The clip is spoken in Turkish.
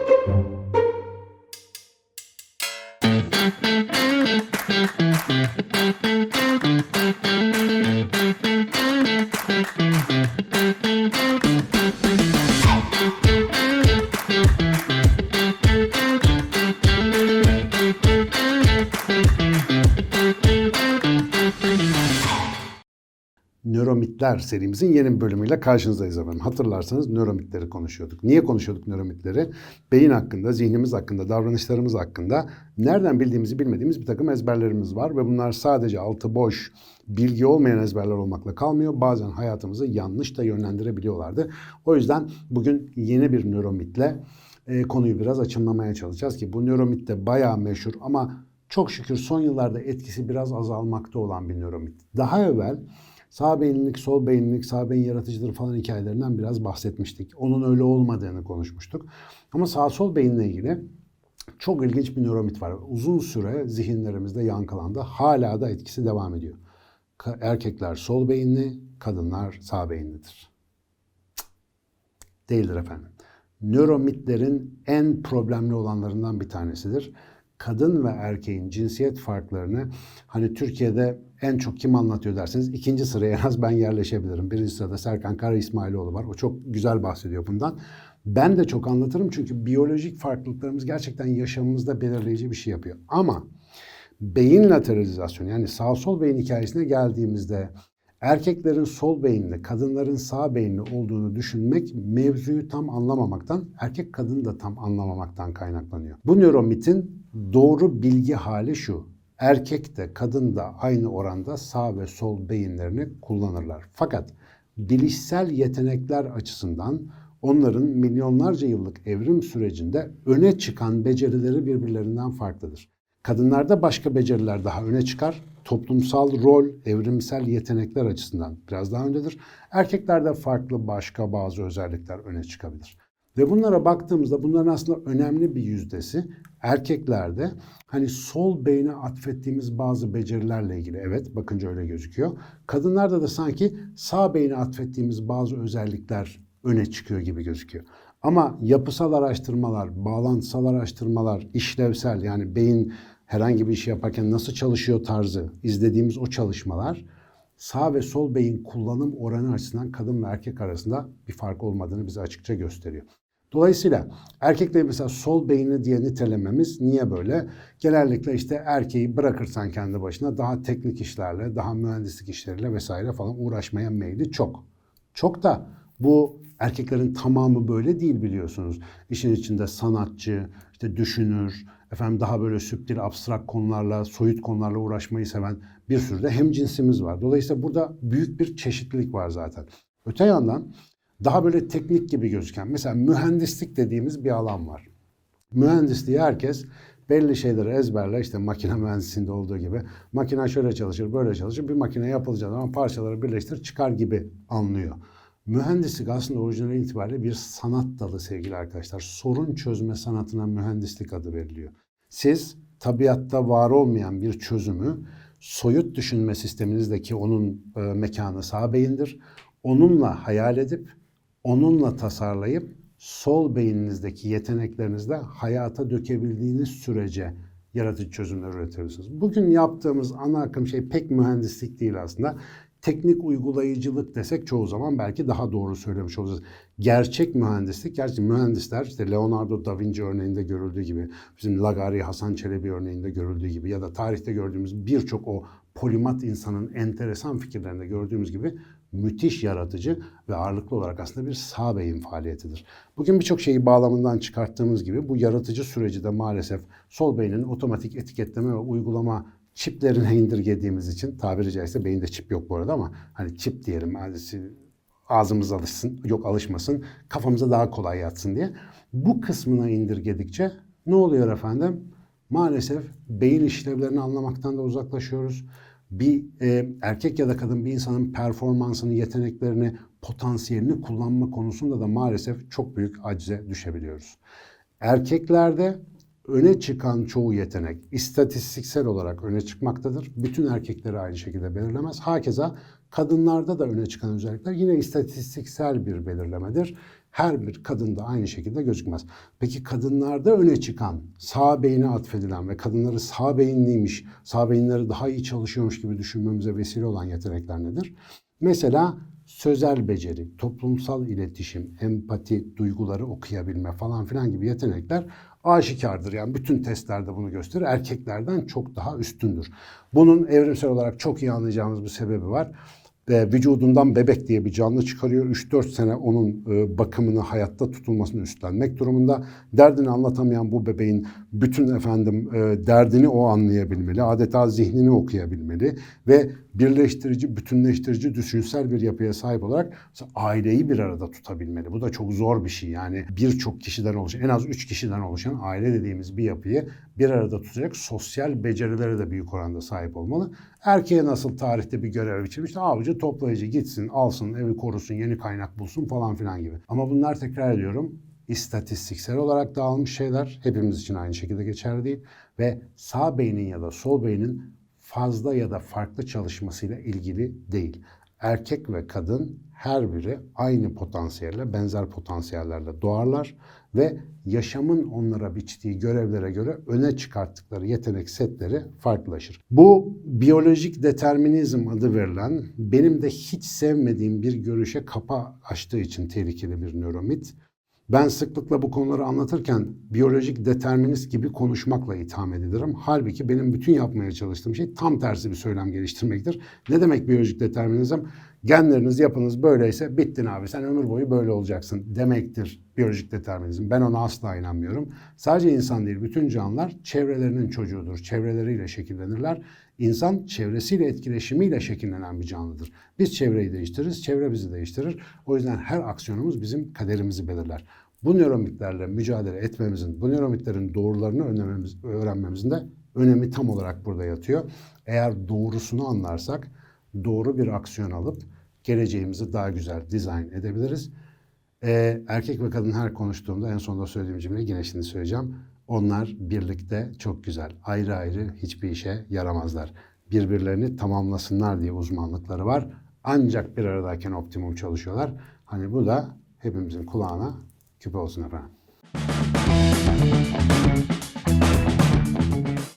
Nöromitler serimizin yeni bir bölümüyle karşınızdayız efendim. Hatırlarsanız nöromitleri konuşuyorduk. Niye konuşuyorduk nöromitleri? Beyin hakkında, zihnimiz hakkında, davranışlarımız hakkında nereden bildiğimizi bilmediğimiz bir takım ezberlerimiz var. Ve bunlar sadece altı boş, bilgi olmayan ezberler olmakla kalmıyor. Bazen hayatımızı yanlış da yönlendirebiliyorlardı. O yüzden bugün yeni bir nöromitle konuyu biraz açımlamaya çalışacağız ki bu nöromit de bayağı meşhur ama çok şükür son yıllarda etkisi biraz azalmakta olan bir nöromit. Daha evvel sağ beyinlilik, sol beyinlilik, sağ beyin yaratıcıdır falan hikayelerinden biraz bahsetmiştik. Onun öyle olmadığını konuşmuştuk. Ama sağ sol beyinle ilgili çok ilginç bir nöromit var. Uzun süre zihinlerimizde yankılandı. Hala da etkisi devam ediyor. Erkekler sol beyinli, kadınlar sağ beyinlidir. Değildir efendim. Nöromitlerin en problemli olanlarından bir tanesidir. Kadın ve erkeğin cinsiyet farklarını hani Türkiye'de en çok kim anlatıyor derseniz ikinci sıraya en az ben yerleşebilirim. Birinci sırada Serkan Kara İsmailoğlu var. O çok güzel bahsediyor bundan. Ben de çok anlatırım çünkü biyolojik farklılıklarımız gerçekten yaşamımızda belirleyici bir şey yapıyor. Ama beyin lateralizasyonu yani sağ sol beyin hikayesine geldiğimizde erkeklerin sol beyinli, kadınların sağ beyinli olduğunu düşünmek mevzuyu tam anlamamaktan, erkek kadını da tam anlamamaktan kaynaklanıyor. Bu nöromitin doğru bilgi hali şu: erkek de kadın da aynı oranda sağ ve sol beyinlerini kullanırlar. Fakat bilişsel yetenekler açısından onların milyonlarca yıllık evrim sürecinde öne çıkan becerileri birbirlerinden farklıdır. Kadınlarda başka beceriler daha öne çıkar. Toplumsal rol, evrimsel yetenekler açısından biraz daha öndedir. Erkeklerde farklı başka bazı özellikler öne çıkabilir. Ve bunlara baktığımızda bunların aslında önemli bir yüzdesi erkeklerde hani sol beyne atfettiğimiz bazı becerilerle ilgili. Evet, bakınca öyle gözüküyor. Kadınlarda da sanki sağ beyne atfettiğimiz bazı özellikler öne çıkıyor gibi gözüküyor. Ama yapısal araştırmalar, bağlantısal araştırmalar, işlevsel yani beyin herhangi bir işi yaparken nasıl çalışıyor tarzı izlediğimiz o çalışmalar sağ ve sol beyin kullanım oranı açısından kadın ve erkek arasında bir fark olmadığını bize açıkça gösteriyor. Dolayısıyla erkekleri mesela sol beyinli diye nitelememiz niye böyle? Genellikle işte erkeği bırakırsan kendi başına daha teknik işlerle, daha mühendislik işleriyle vesaire falan uğraşmaya meyli çok. Çok da bu erkeklerin tamamı böyle değil biliyorsunuz. İşin içinde sanatçı, işte düşünür, daha böyle süptil, abstrakt konularla, soyut konularla uğraşmayı seven bir sürü de hemcinsimiz var. Dolayısıyla burada büyük bir çeşitlilik var zaten. Öte yandan daha böyle teknik gibi gözüken, mesela mühendislik dediğimiz bir alan var. Mühendisliği herkes belli şeyleri ezberler, işte makine mühendisliğinde olduğu gibi. Makine şöyle çalışır, böyle çalışır, bir makine yapılacağı zaman parçaları birleştir, çıkar gibi anlıyor. Mühendislik aslında orijinal itibariyle bir sanat dalı sevgili arkadaşlar. Sorun çözme sanatına mühendislik adı veriliyor. Siz tabiatta var olmayan bir çözümü soyut düşünme sisteminizdeki onun mekanı sağ beyindir. Onunla hayal edip, onunla tasarlayıp sol beyninizdeki yeteneklerinizle hayata dökebildiğiniz sürece yaratıcı çözümler üretebilirsiniz. Bugün yaptığımız ana akım şey pek mühendislik değil aslında. Teknik uygulayıcılık desek çoğu zaman belki daha doğru söylemiş olacağız. Gerçek mühendislik, gerçi mühendisler işte Leonardo da Vinci örneğinde görüldüğü gibi, bizim Lagari, Hasan Çelebi örneğinde görüldüğü gibi ya da tarihte gördüğümüz birçok o polimat insanın enteresan fikirlerinde gördüğümüz gibi müthiş yaratıcı ve ağırlıklı olarak aslında bir sağ beyin faaliyetidir. Bugün birçok şeyi bağlamından çıkarttığımız gibi bu yaratıcı süreci de maalesef sol beynin otomatik etiketleme ve uygulama çiplerine indirgediğimiz için, tabiri caizse beyinde çip yok bu arada ama hani çip diyelim, ağzımız alışsın, yok alışmasın, kafamıza daha kolay yatsın diye. Bu kısmına indirgedikçe ne oluyor efendim? Maalesef beyin işlevlerini anlamaktan da uzaklaşıyoruz. Bir erkek ya da kadın bir insanın performansını, yeteneklerini, potansiyelini kullanma konusunda da maalesef çok büyük acize düşebiliyoruz. Erkeklerde öne çıkan çoğu yetenek istatistiksel olarak öne çıkmaktadır. Bütün erkekleri aynı şekilde belirlemez. Hakeza kadınlarda da öne çıkan özellikler yine istatistiksel bir belirlemedir. her bir kadında aynı şekilde gözükmez. Peki kadınlarda öne çıkan, sağ beyine atfedilen ve kadınları sağ beyinliymiş, sağ beyinleri daha iyi çalışıyormuş gibi düşünmemize vesile olan yetenekler nedir? Mesela sözel beceri, toplumsal iletişim, empati, duyguları okuyabilme falan filan gibi yetenekler aşikardır. Yani bütün testlerde bunu gösterir. Erkeklerden çok daha üstündür. Bunun evrimsel olarak çok iyi anlayacağımız bir sebebi var. Vücudundan bebek diye bir canlı çıkarıyor. 3-4 sene onun bakımını, hayatta tutulmasını üstlenmek durumunda. Derdini anlatamayan bu bebeğin bütün derdini o anlayabilmeli. Adeta zihnini okuyabilmeli ve birleştirici, bütünleştirici, düşünsel bir yapıya sahip olarak aileyi bir arada tutabilmeli. Bu da çok zor bir şey. Yani birçok kişiden oluşan, en az 3 kişiden oluşan aile dediğimiz bir yapıyı bir arada tutacak sosyal becerilere de büyük oranda sahip olmalı. Erkeğe nasıl tarihte bir görev biçilmiş? Avcı toplayıcı, gitsin, alsın, evi korusun, yeni kaynak bulsun falan filan gibi. Ama bunlar, tekrar ediyorum, istatistiksel olarak dağılmış şeyler. Hepimiz için aynı şekilde geçerli değil. Ve sağ beynin ya da sol beynin fazla ya da farklı çalışmasıyla ilgili değil. Erkek ve kadın her biri aynı potansiyelle, benzer potansiyellerle doğarlar ve yaşamın onlara biçtiği görevlere göre öne çıkarttıkları yetenek setleri farklılaşır. Bu biyolojik determinizm adı verilen, benim de hiç sevmediğim bir görüşe kapı açtığı için tehlikeli bir nöromit. Ben sıklıkla bu konuları anlatırken biyolojik determinist gibi konuşmakla itham edilirim. Halbuki benim bütün yapmaya çalıştığım şey tam tersi bir söylem geliştirmektir. Ne demek biyolojik determinizm? Genleriniz, yapınız böyleyse bittin abi, sen ömür boyu böyle olacaksın demektir biyolojik determinizm. Ben ona asla inanmıyorum. Sadece insan değil, bütün canlılar çevrelerinin çocuğudur. Çevreleriyle şekillenirler. İnsan çevresiyle, etkileşimiyle şekillenen bir canlıdır. Biz çevreyi değiştiririz, çevre bizi değiştirir. O yüzden her aksiyonumuz bizim kaderimizi belirler. Bu nöromitlerle mücadele etmemizin, bu nöromitlerin doğrularını öğrenmemizin de önemi tam olarak burada yatıyor. Eğer doğrusunu anlarsak doğru bir aksiyon alıp geleceğimizi daha güzel dizayn edebiliriz. Erkek ve kadın her konuştuğumda en sonunda söylediğim cümleyi yine şimdi söyleyeceğim. Onlar birlikte çok güzel, ayrı ayrı hiçbir işe yaramazlar. Birbirlerini tamamlasınlar diye uzmanlıkları var. Ancak bir aradayken optimum çalışıyorlar. Hani bu da hepimizin kulağına küpe olsun efendim.